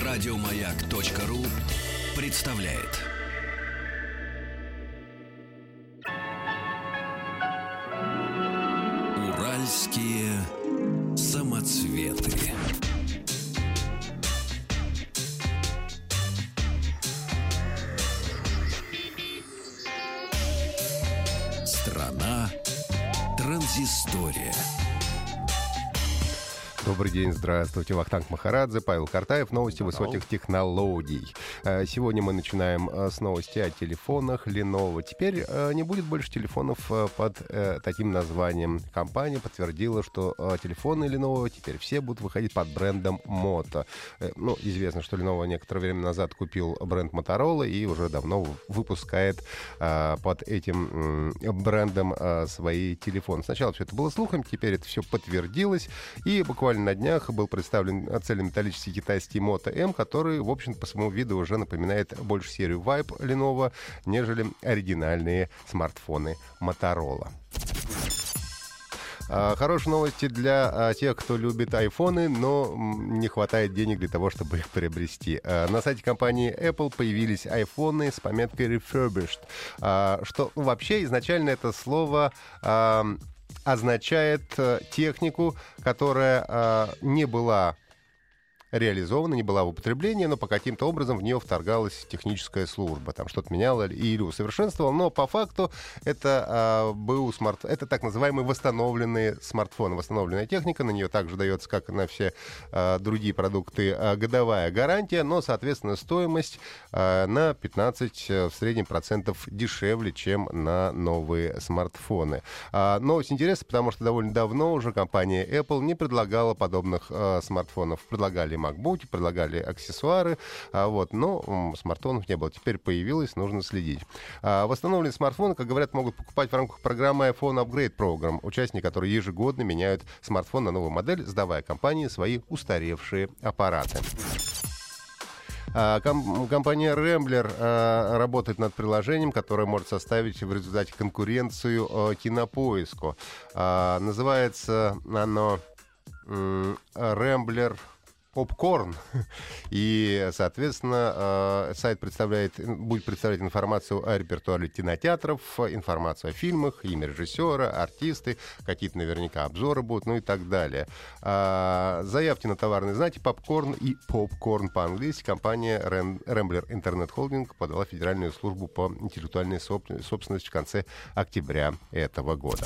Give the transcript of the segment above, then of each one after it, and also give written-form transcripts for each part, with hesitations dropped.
Радиомаяк.ру представляет. Уральские самоцветы. Страна транзистория. Добрый день, здравствуйте. Вахтанг Махарадзе, Павел Картаев. Новости высоких технологий. Сегодня мы начинаем с новости о телефонах Lenovo. Теперь не будет больше телефонов под таким названием. Компания подтвердила, что телефоны Lenovo теперь все будут выходить под брендом Moto. Известно, что Lenovo некоторое время назад купил бренд Motorola и уже давно выпускает под этим брендом свои телефоны. Сначала все это было слухом, теперь это все подтвердилось. И буквально на днях был представлен цельнометаллический китайский Moto M, который, в общем, по своему виду уже напоминает больше серию Vibe Lenovo, нежели оригинальные смартфоны Motorola. Хорошие новости для тех, кто любит айфоны, но не хватает денег для того, чтобы их приобрести. На сайте компании Apple появились айфоны с пометкой refurbished, что вообще изначально это слово означает технику, которая не была реализована, не была в употреблении, но по каким-то образом в нее вторгалась техническая служба, там что-то меняла или усовершенствовала, но по факту это это так называемые восстановленные смартфоны, восстановленная техника, на нее также дается, как и на все другие продукты, годовая гарантия, но, соответственно, стоимость на 15 в среднем процентов дешевле, чем на новые смартфоны. Новость интересна, потому что довольно давно уже компания Apple не предлагала подобных смартфонов, предлагали MacBook, предлагали аксессуары, но смартфонов не было. Теперь появилось, нужно следить. Восстановленные смартфоны, как говорят, могут покупать в рамках программы iPhone Upgrade Program, участники которой ежегодно меняют смартфон на новую модель, сдавая компании свои устаревшие аппараты. Компания Rambler работает над приложением, которое может составить в результате конкуренцию Кинопоиску. Называется оно Rambler Popcorn. И, соответственно, сайт будет представлять информацию о репертуаре кинотеатров, информацию о фильмах, имя режиссера, артисты, какие-то наверняка обзоры будут, и так далее. Заявки на товарные знаки попкорн и попкорн по-английски компания Rambler Internet Holding подала в Федеральную службу по интеллектуальной собственности в конце октября этого года.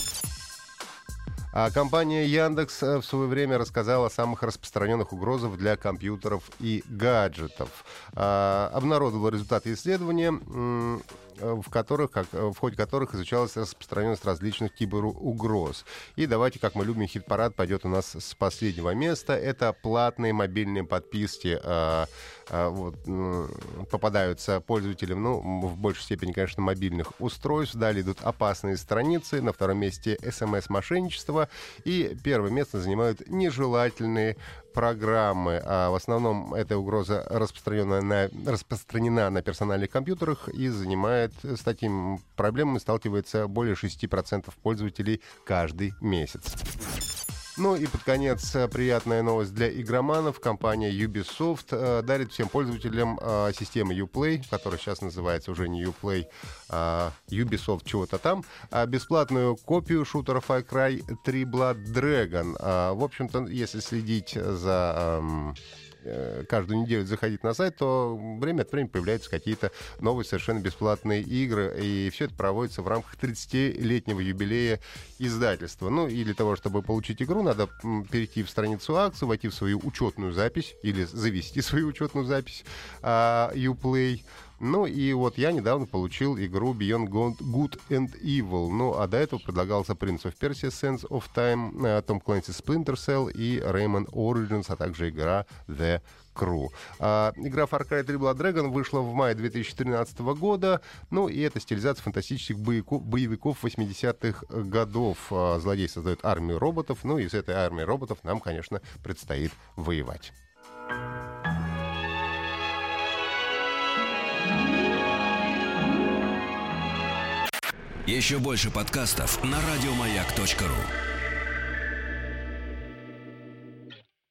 Компания Яндекс в свое время рассказала о самых распространенных угрозах для компьютеров и гаджетов. Обнародовала результаты исследования, в ходе которых изучалась распространенность различных киберугроз. И давайте, как мы любим, хит-парад пойдет у нас с последнего места. Это платные мобильные подписки. Попадаются пользователям, в большей степени, конечно, мобильных устройств. Далее идут опасные страницы. На втором месте СМС-мошенничество. И первое место занимают нежелательные программы. В основном эта угроза распространена на персональных компьютерах и с такими проблемами сталкивается более 6% пользователей каждый месяц. И под конец приятная новость для игроманов. Компания Ubisoft дарит всем пользователям системы Uplay, которая сейчас называется уже не Uplay, а Ubisoft чего-то там, бесплатную копию шутера Far Cry 3 Blood Dragon. В общем-то, если следить за каждую неделю заходить на сайт, то время от времени появляются какие-то новые совершенно бесплатные игры, и все это проводится в рамках 30-летнего юбилея издательства. И для того, чтобы получить игру, надо перейти в страницу акции, войти в свою учетную запись или завести свою учетную запись Uplay. Я недавно получил игру Beyond Good and Evil. А до этого предлагался Prince of Persia Sands of Time, Tom Clancy's Splinter Cell и Rayman Origins, а также игра The Crew. Игра Far Cry 3 Blood Dragon вышла в мае 2013 года. И это стилизация фантастических боевиков 80-х годов. Злодей создает армию роботов. И с этой армией роботов нам, конечно, предстоит воевать. Еще больше подкастов на радиомаяк.ру.